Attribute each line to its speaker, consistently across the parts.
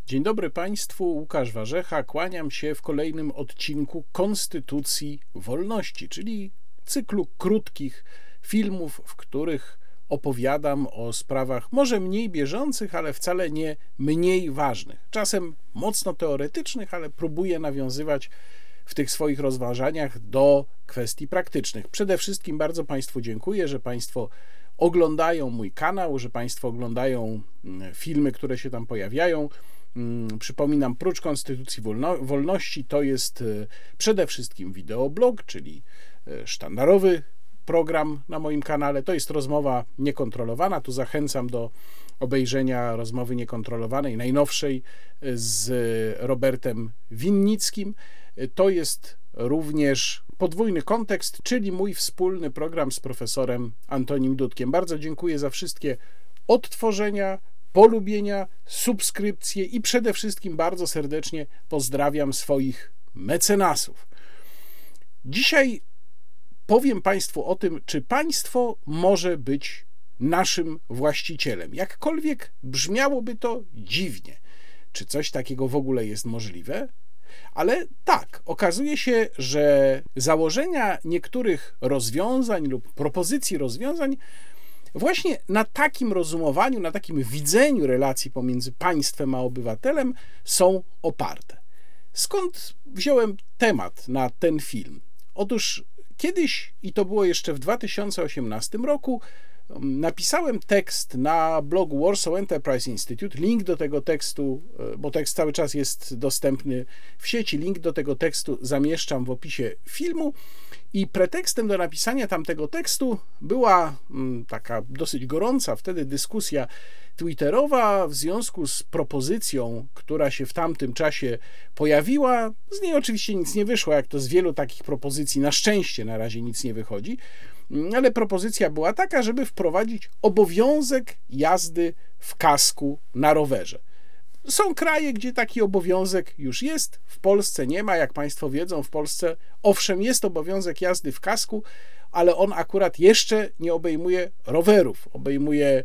Speaker 1: Dzień dobry Państwu, Łukasz Warzecha. Kłaniam się w kolejnym odcinku Konstytucji Wolności, czyli cyklu krótkich filmów, w których opowiadam o sprawach może mniej bieżących, ale wcale nie mniej ważnych. Czasem mocno teoretycznych, ale próbuję nawiązywać w tych swoich rozważaniach do kwestii praktycznych. Przede wszystkim bardzo Państwu dziękuję, że Państwo oglądają mój kanał, że Państwo oglądają filmy, które się tam pojawiają. Przypominam, prócz Konstytucji Wolności to jest przede wszystkim wideoblog, czyli sztandarowy program na moim kanale. To jest rozmowa niekontrolowana. Tu zachęcam do obejrzenia rozmowy niekontrolowanej, najnowszej z Robertem Winnickim. To jest również podwójny kontekst, czyli mój wspólny program z profesorem Antonim Dudkiem. Bardzo dziękuję za wszystkie odtworzenia, polubienia, subskrypcje i przede wszystkim bardzo serdecznie pozdrawiam swoich mecenasów. Dzisiaj powiem Państwu o tym, czy państwo może być naszym właścicielem. Jakkolwiek brzmiałoby to dziwnie. Czy coś takiego w ogóle jest możliwe? Ale tak, okazuje się, że założenia niektórych rozwiązań lub propozycji rozwiązań właśnie na takim rozumowaniu, na takim widzeniu relacji pomiędzy państwem a obywatelem są oparte. Skąd wziąłem temat na ten film? Otóż kiedyś, i to było jeszcze w 2018 roku, napisałem tekst na blogu Warsaw Enterprise Institute. Link do tego tekstu, bo tekst cały czas jest dostępny w sieci, link do tego tekstu zamieszczam w opisie filmu. I pretekstem do napisania tamtego tekstu była taka dosyć gorąca wtedy dyskusja twitterowa w związku z propozycją, która się w tamtym czasie pojawiła. Z niej oczywiście nic nie wyszło, jak to z wielu takich propozycji, na szczęście na razie nic nie wychodzi, ale propozycja była taka, żeby wprowadzić obowiązek jazdy w kasku na rowerze. Są kraje, gdzie taki obowiązek już jest, w Polsce nie ma. Jak Państwo wiedzą, w Polsce owszem jest obowiązek jazdy w kasku, ale on akurat jeszcze nie obejmuje rowerów, obejmuje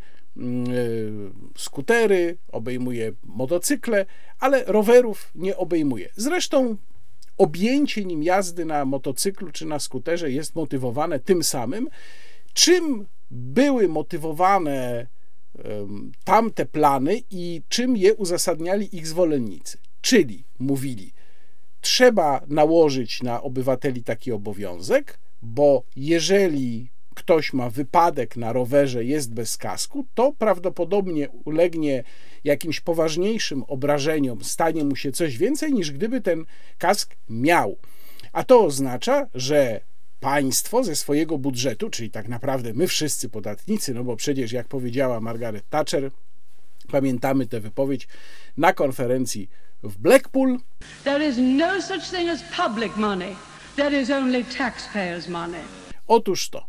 Speaker 1: skutery, obejmuje motocykle, ale rowerów nie obejmuje. Zresztą objęcie nim jazdy na motocyklu czy na skuterze jest motywowane tym samym, czym były motywowane tamte plany i czym je uzasadniali ich zwolennicy. Czyli mówili, trzeba nałożyć na obywateli taki obowiązek, bo jeżeli ktoś ma wypadek na rowerze, jest bez kasku, to prawdopodobnie ulegnie jakimś poważniejszym obrażeniom, stanie mu się coś więcej, niż gdyby ten kask miał. A to oznacza, że państwo ze swojego budżetu, czyli tak naprawdę my wszyscy podatnicy, no bo przecież jak powiedziała Margaret Thatcher, pamiętamy tę wypowiedź na konferencji w Blackpool.
Speaker 2: There is no such thing as public money. There is only taxpayers' money.
Speaker 1: Otóż to.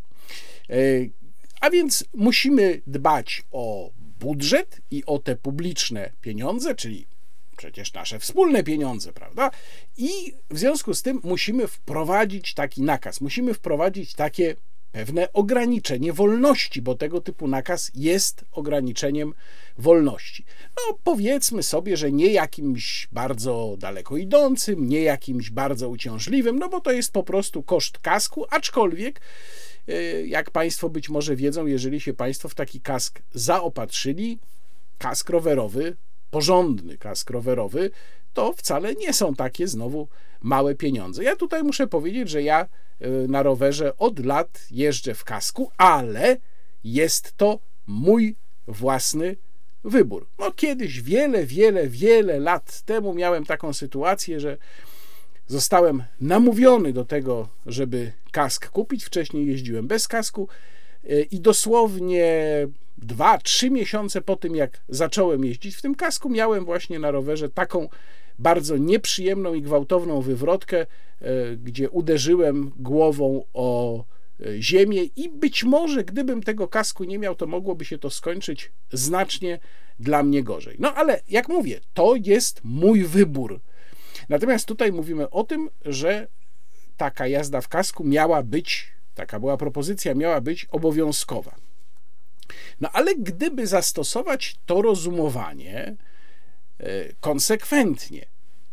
Speaker 1: A więc musimy dbać o budżet i o te publiczne pieniądze, czyli przecież nasze wspólne pieniądze, prawda? I w związku z tym musimy wprowadzić taki nakaz, musimy wprowadzić takie pewne ograniczenie wolności, bo tego typu nakaz jest ograniczeniem wolności. No powiedzmy sobie, że nie jakimś bardzo daleko idącym, nie jakimś bardzo uciążliwym, no bo to jest po prostu koszt kasku, aczkolwiek jak Państwo być może wiedzą, jeżeli się Państwo w taki kask zaopatrzyli, kask rowerowy, porządny kask rowerowy, to wcale nie są takie znowu małe pieniądze. Ja tutaj muszę powiedzieć, że ja na rowerze od lat jeżdżę w kasku, ale jest to mój własny wybór. No kiedyś, wiele lat temu miałem taką sytuację, że zostałem namówiony do tego, żeby kask kupić. Wcześniej jeździłem bez kasku i dosłownie 2-3 miesiące po tym, jak zacząłem jeździć w tym kasku, miałem właśnie na rowerze taką bardzo nieprzyjemną i gwałtowną wywrotkę, gdzie uderzyłem głową o ziemię i być może gdybym tego kasku nie miał, to mogłoby się to skończyć znacznie dla mnie gorzej. No ale jak mówię, to jest mój wybór. Natomiast tutaj mówimy o tym, że taka jazda w kasku miała być, taka była propozycja, miała być obowiązkowa. No ale gdyby zastosować to rozumowanie konsekwentnie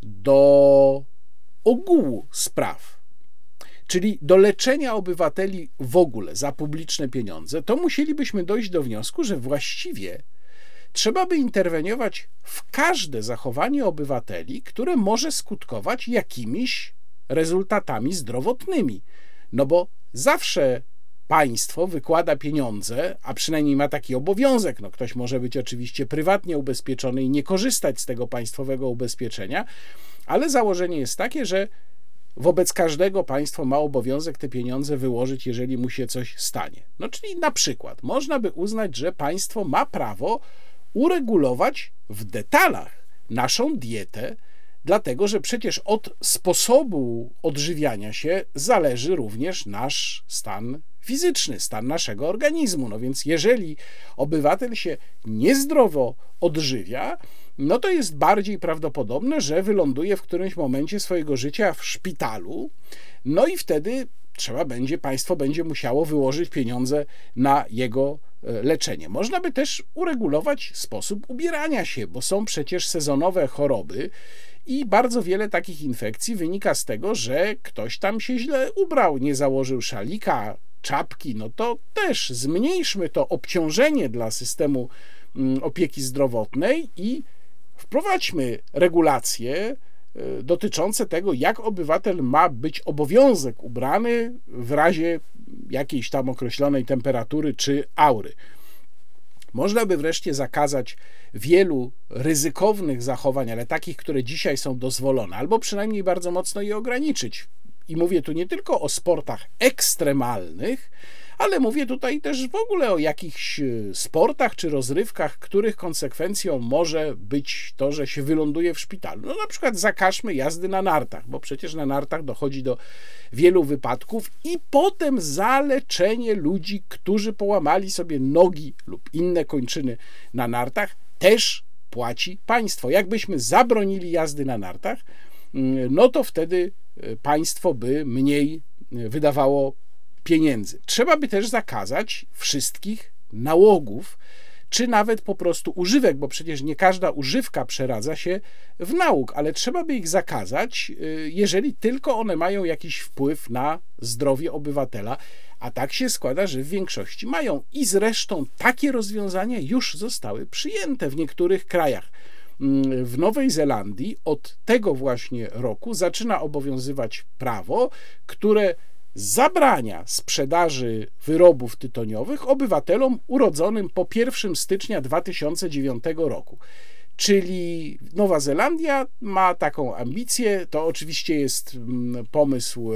Speaker 1: do ogółu spraw, czyli do leczenia obywateli w ogóle za publiczne pieniądze, to musielibyśmy dojść do wniosku, że właściwie trzeba by interweniować w każde zachowanie obywateli, które może skutkować jakimiś rezultatami zdrowotnymi. No bo zawsze państwo wykłada pieniądze, a przynajmniej ma taki obowiązek. No ktoś może być oczywiście prywatnie ubezpieczony i nie korzystać z tego państwowego ubezpieczenia, ale założenie jest takie, że wobec każdego państwo ma obowiązek te pieniądze wyłożyć, jeżeli mu się coś stanie. No czyli na przykład można by uznać, że państwo ma prawo uregulować w detalach naszą dietę, dlatego że przecież od sposobu odżywiania się zależy również nasz stan fizyczny, stan naszego organizmu. No więc jeżeli obywatel się niezdrowo odżywia, no to jest bardziej prawdopodobne, że wyląduje w którymś momencie swojego życia w szpitalu, no i wtedy państwo będzie musiało wyłożyć pieniądze na jego leczenie. Można by też uregulować sposób ubierania się, bo są przecież sezonowe choroby i bardzo wiele takich infekcji wynika z tego, że ktoś tam się źle ubrał, nie założył szalika, czapki, no to też zmniejszmy to obciążenie dla systemu opieki zdrowotnej i wprowadźmy regulacje dotyczące tego, jak obywatel ma być obowiązek ubrany w razie jakiejś tam określonej temperatury czy aury. Można by wreszcie zakazać wielu ryzykownych zachowań, ale takich, które dzisiaj są dozwolone, albo przynajmniej bardzo mocno je ograniczyć. I mówię tu nie tylko o sportach ekstremalnych, ale mówię tutaj też w ogóle o jakichś sportach czy rozrywkach, których konsekwencją może być to, że się wyląduje w szpitalu. No na przykład zakażmy jazdy na nartach, bo przecież na nartach dochodzi do wielu wypadków i potem zaleczenie ludzi, którzy połamali sobie nogi lub inne kończyny na nartach, też płaci państwo. Jakbyśmy zabronili jazdy na nartach, no to wtedy państwo by mniej wydawało pieniędzy. Trzeba by też zakazać wszystkich nałogów, czy nawet po prostu używek, bo przecież nie każda używka przeradza się w nałóg, ale trzeba by ich zakazać, jeżeli tylko one mają jakiś wpływ na zdrowie obywatela, a tak się składa, że w większości mają. I zresztą takie rozwiązania już zostały przyjęte w niektórych krajach. W Nowej Zelandii od tego właśnie roku zaczyna obowiązywać prawo, które zabrania sprzedaży wyrobów tytoniowych obywatelom urodzonym po 1 stycznia 2009 roku. Czyli Nowa Zelandia ma taką ambicję, to oczywiście jest pomysł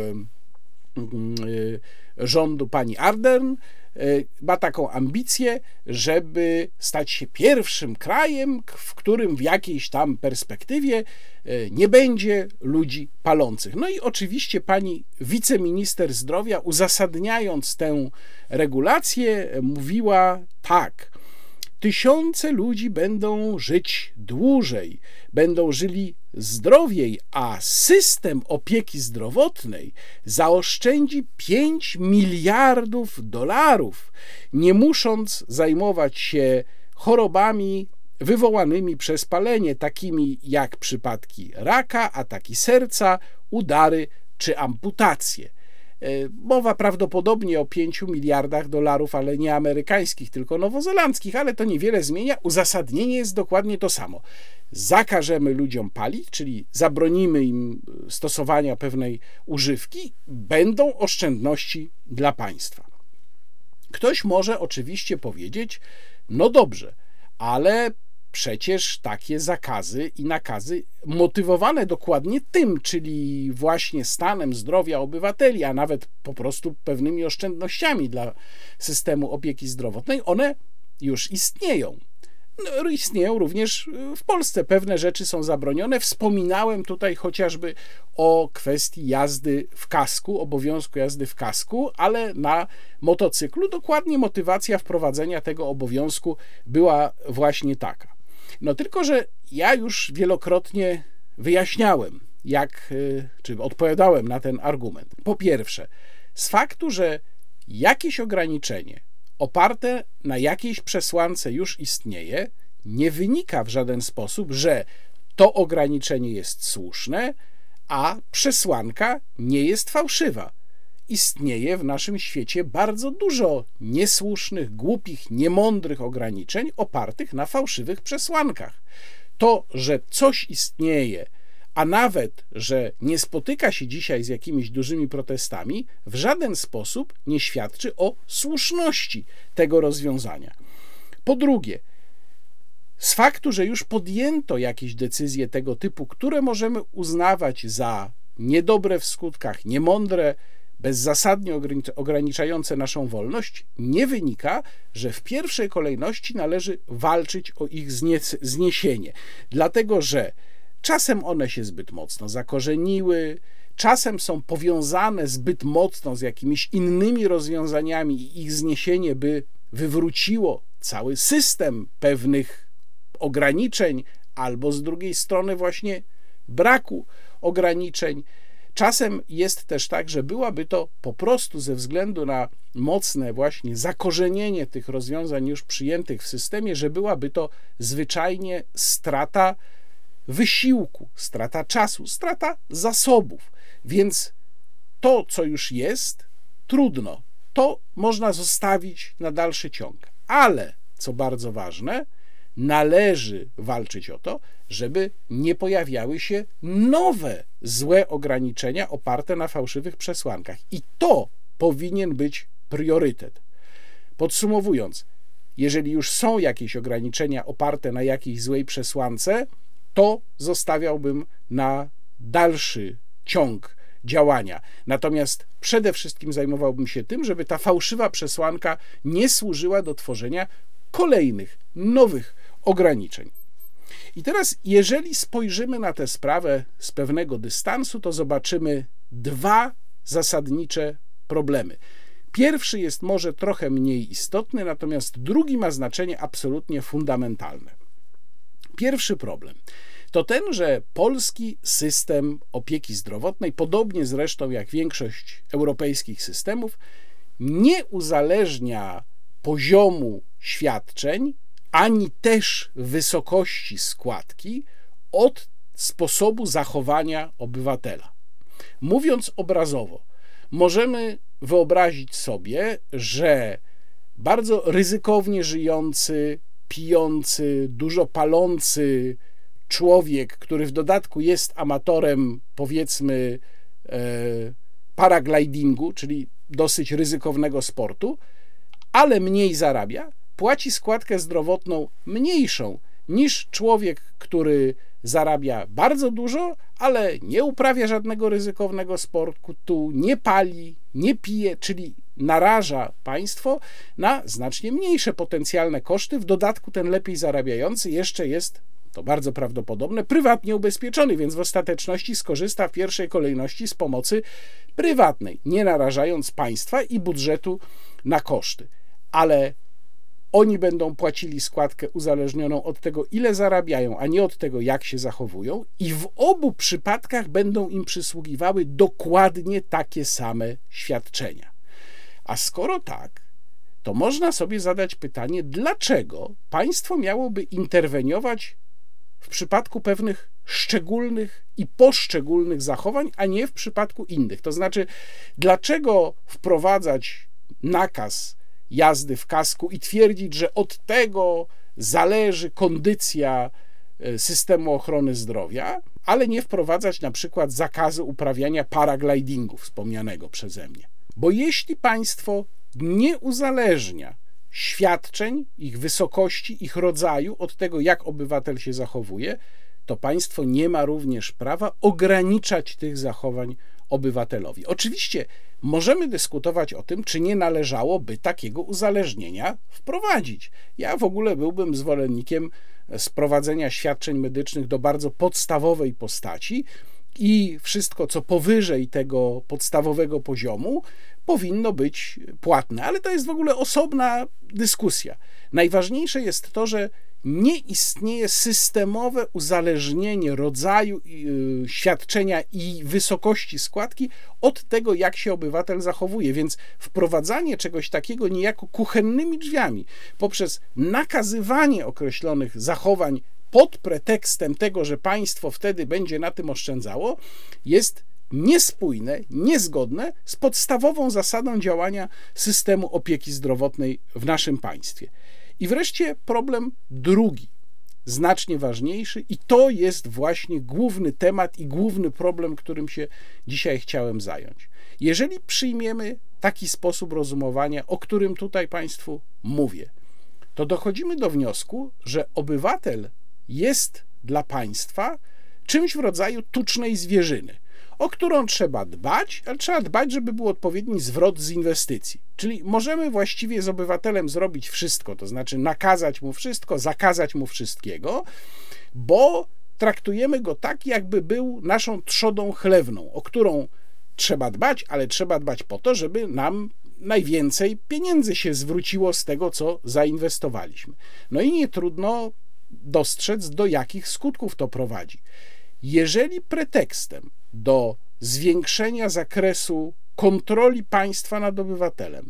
Speaker 1: rządu pani Ardern, ma taką ambicję, żeby stać się pierwszym krajem, w którym w jakiejś tam perspektywie nie będzie ludzi palących. No i oczywiście pani wiceminister zdrowia, uzasadniając tę regulację, mówiła tak: tysiące ludzi będą żyć dłużej, będą żyli zdrowiej, a system opieki zdrowotnej zaoszczędzi $5 miliardów, nie musząc zajmować się chorobami wywołanymi przez palenie, takimi jak przypadki raka, ataki serca, udary czy amputacje. Mowa prawdopodobnie o $5 miliardach, ale nie amerykańskich, tylko nowozelandzkich, ale to niewiele zmienia. Uzasadnienie jest dokładnie to samo. Zakażemy ludziom palić, czyli zabronimy im stosowania pewnej używki, będą oszczędności dla państwa. Ktoś może oczywiście powiedzieć, no dobrze, ale przecież takie zakazy i nakazy motywowane dokładnie tym, czyli właśnie stanem zdrowia obywateli, a nawet po prostu pewnymi oszczędnościami dla systemu opieki zdrowotnej, one już istnieją. No, istnieją również w Polsce. Pewne rzeczy są zabronione. Wspominałem tutaj chociażby o kwestii jazdy w kasku, obowiązku jazdy w kasku, ale na motocyklu dokładnie motywacja wprowadzenia tego obowiązku była właśnie taka. No tylko, że ja już wielokrotnie wyjaśniałem, czy odpowiadałem na ten argument. Po pierwsze, z faktu, że jakieś ograniczenie oparte na jakiejś przesłance już istnieje, nie wynika w żaden sposób, że to ograniczenie jest słuszne, a przesłanka nie jest fałszywa. Istnieje w naszym świecie bardzo dużo niesłusznych, głupich, niemądrych ograniczeń opartych na fałszywych przesłankach. To, że coś istnieje, a nawet, że nie spotyka się dzisiaj z jakimiś dużymi protestami, w żaden sposób nie świadczy o słuszności tego rozwiązania. Po drugie, z faktu, że już podjęto jakieś decyzje tego typu, które możemy uznawać za niedobre w skutkach, niemądre, bezzasadnie ograniczające naszą wolność, nie wynika, że w pierwszej kolejności należy walczyć o ich zniesienie. Dlatego, że czasem one się zbyt mocno zakorzeniły, czasem są powiązane zbyt mocno z jakimiś innymi rozwiązaniami i ich zniesienie by wywróciło cały system pewnych ograniczeń, albo z drugiej strony właśnie braku ograniczeń. Czasem jest też tak, że byłaby to po prostu ze względu na mocne właśnie zakorzenienie tych rozwiązań już przyjętych w systemie, że byłaby to zwyczajnie strata wysiłku, strata czasu, strata zasobów. Więc to, co już jest, trudno. To można zostawić na dalszy ciąg. Ale, co bardzo ważne, należy walczyć o to, żeby nie pojawiały się nowe złe ograniczenia oparte na fałszywych przesłankach. I to powinien być priorytet. Podsumowując, jeżeli już są jakieś ograniczenia oparte na jakiejś złej przesłance, to zostawiałbym na dalszy ciąg działania. Natomiast przede wszystkim zajmowałbym się tym, żeby ta fałszywa przesłanka nie służyła do tworzenia kolejnych, nowych ograniczeń. I teraz, jeżeli spojrzymy na tę sprawę z pewnego dystansu, to zobaczymy dwa zasadnicze problemy. Pierwszy jest może trochę mniej istotny, natomiast drugi ma znaczenie absolutnie fundamentalne. Pierwszy problem to ten, że polski system opieki zdrowotnej, podobnie zresztą jak większość europejskich systemów, nie uzależnia poziomu świadczeń ani też wysokości składki od sposobu zachowania obywatela. Mówiąc obrazowo, możemy wyobrazić sobie, że bardzo ryzykownie żyjący, pijący, dużo palący człowiek, który w dodatku jest amatorem, powiedzmy, paraglidingu, czyli dosyć ryzykownego sportu, ale mniej zarabia, płaci składkę zdrowotną mniejszą niż człowiek, który zarabia bardzo dużo, ale nie uprawia żadnego ryzykownego sportu, nie pali, nie pije, czyli naraża państwo na znacznie mniejsze potencjalne koszty. W dodatku ten lepiej zarabiający jeszcze jest, to bardzo prawdopodobne, prywatnie ubezpieczony, więc w ostateczności skorzysta w pierwszej kolejności z pomocy prywatnej, nie narażając państwa i budżetu na koszty. Ale oni będą płacili składkę uzależnioną od tego, ile zarabiają, a nie od tego, jak się zachowują, i w obu przypadkach będą im przysługiwały dokładnie takie same świadczenia. A skoro tak, to można sobie zadać pytanie, dlaczego państwo miałoby interweniować w przypadku pewnych szczególnych i poszczególnych zachowań, a nie w przypadku innych. To znaczy, dlaczego wprowadzać nakaz jazdy w kasku i twierdzić, że od tego zależy kondycja systemu ochrony zdrowia, ale nie wprowadzać na przykład zakazu uprawiania paraglidingu wspomnianego przeze mnie. Bo jeśli państwo nie uzależnia świadczeń, ich wysokości, ich rodzaju od tego, jak obywatel się zachowuje, to państwo nie ma również prawa ograniczać tych zachowań obywatelowi. Oczywiście możemy dyskutować o tym, czy nie należałoby takiego uzależnienia wprowadzić. Ja w ogóle byłbym zwolennikiem sprowadzenia świadczeń medycznych do bardzo podstawowej postaci i wszystko, co powyżej tego podstawowego poziomu, powinno być płatne. Ale to jest w ogóle osobna dyskusja. Najważniejsze jest to, że nie istnieje systemowe uzależnienie rodzaju świadczenia i wysokości składki od tego, jak się obywatel zachowuje. Więc wprowadzanie czegoś takiego niejako kuchennymi drzwiami poprzez nakazywanie określonych zachowań pod pretekstem tego, że państwo wtedy będzie na tym oszczędzało, jest niespójne, niezgodne z podstawową zasadą działania systemu opieki zdrowotnej w naszym państwie. I wreszcie problem drugi, znacznie ważniejszy, i to jest właśnie główny temat i główny problem, którym się dzisiaj chciałem zająć. Jeżeli przyjmiemy taki sposób rozumowania, o którym tutaj Państwu mówię, to dochodzimy do wniosku, że obywatel jest dla państwa czymś w rodzaju tucznej zwierzyny, o którą trzeba dbać, ale trzeba dbać, żeby był odpowiedni zwrot z inwestycji. Czyli możemy właściwie z obywatelem zrobić wszystko, to znaczy nakazać mu wszystko, zakazać mu wszystkiego, bo traktujemy go tak, jakby był naszą trzodą chlewną, o którą trzeba dbać, ale trzeba dbać po to, żeby nam najwięcej pieniędzy się zwróciło z tego, co zainwestowaliśmy. No i nie trudno dostrzec, do jakich skutków to prowadzi. Jeżeli pretekstem do zwiększenia zakresu kontroli państwa nad obywatelem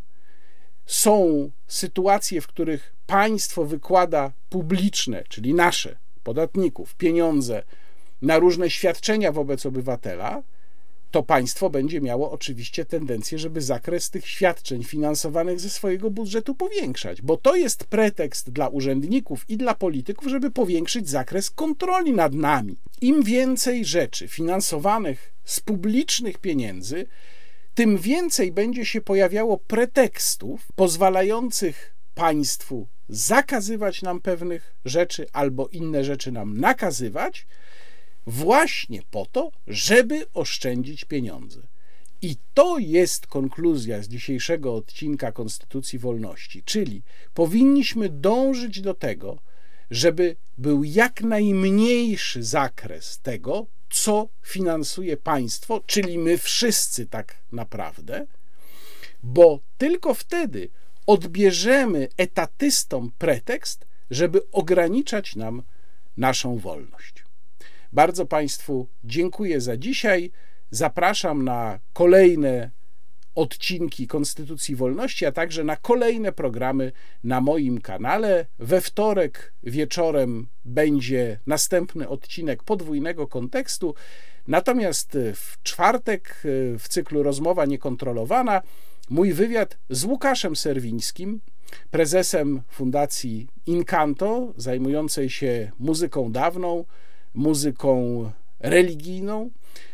Speaker 1: są sytuacje, w których państwo wykłada publiczne, czyli nasze, podatników, pieniądze na różne świadczenia wobec obywatela, to państwo będzie miało oczywiście tendencję, żeby zakres tych świadczeń finansowanych ze swojego budżetu powiększać, bo to jest pretekst dla urzędników i dla polityków, żeby powiększyć zakres kontroli nad nami. Im więcej rzeczy finansowanych z publicznych pieniędzy, tym więcej będzie się pojawiało pretekstów pozwalających państwu zakazywać nam pewnych rzeczy albo inne rzeczy nam nakazywać, właśnie po to, żeby oszczędzić pieniądze. I to jest konkluzja z dzisiejszego odcinka Konstytucji Wolności, czyli powinniśmy dążyć do tego, żeby był jak najmniejszy zakres tego, co finansuje państwo, czyli my wszyscy tak naprawdę, bo tylko wtedy odbierzemy etatystom pretekst, żeby ograniczać nam naszą wolność. Bardzo Państwu dziękuję za dzisiaj. Zapraszam na kolejne odcinki Konstytucji Wolności, a także na kolejne programy na moim kanale. We wtorek wieczorem będzie następny odcinek Podwójnego Kontekstu, natomiast w czwartek w cyklu Rozmowa Niekontrolowana mój wywiad z Łukaszem Serwińskim, prezesem Fundacji Incanto, zajmującej się muzyką dawną, muzyką religijną,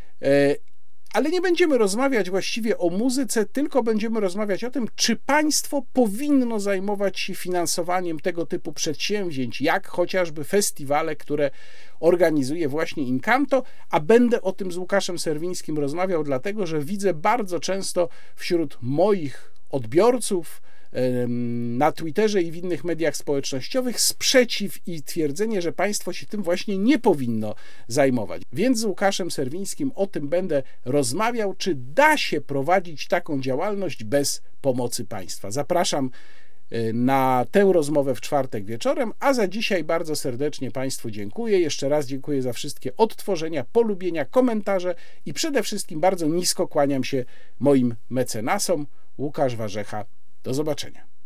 Speaker 1: ale nie będziemy rozmawiać właściwie o muzyce, tylko będziemy rozmawiać o tym, czy państwo powinno zajmować się finansowaniem tego typu przedsięwzięć, jak chociażby festiwale, które organizuje właśnie Incanto, a będę o tym z Łukaszem Serwińskim rozmawiał, dlatego że widzę bardzo często wśród moich odbiorców na Twitterze i w innych mediach społecznościowych sprzeciw i twierdzenie, że państwo się tym właśnie nie powinno zajmować. Więc z Łukaszem Serwińskim o tym będę rozmawiał, czy da się prowadzić taką działalność bez pomocy państwa. Zapraszam na tę rozmowę w czwartek wieczorem, a za dzisiaj bardzo serdecznie Państwu dziękuję. Jeszcze raz dziękuję za wszystkie odtworzenia, polubienia, komentarze i przede wszystkim bardzo nisko kłaniam się moim mecenasom. Łukasz Warzecha. Do zobaczenia.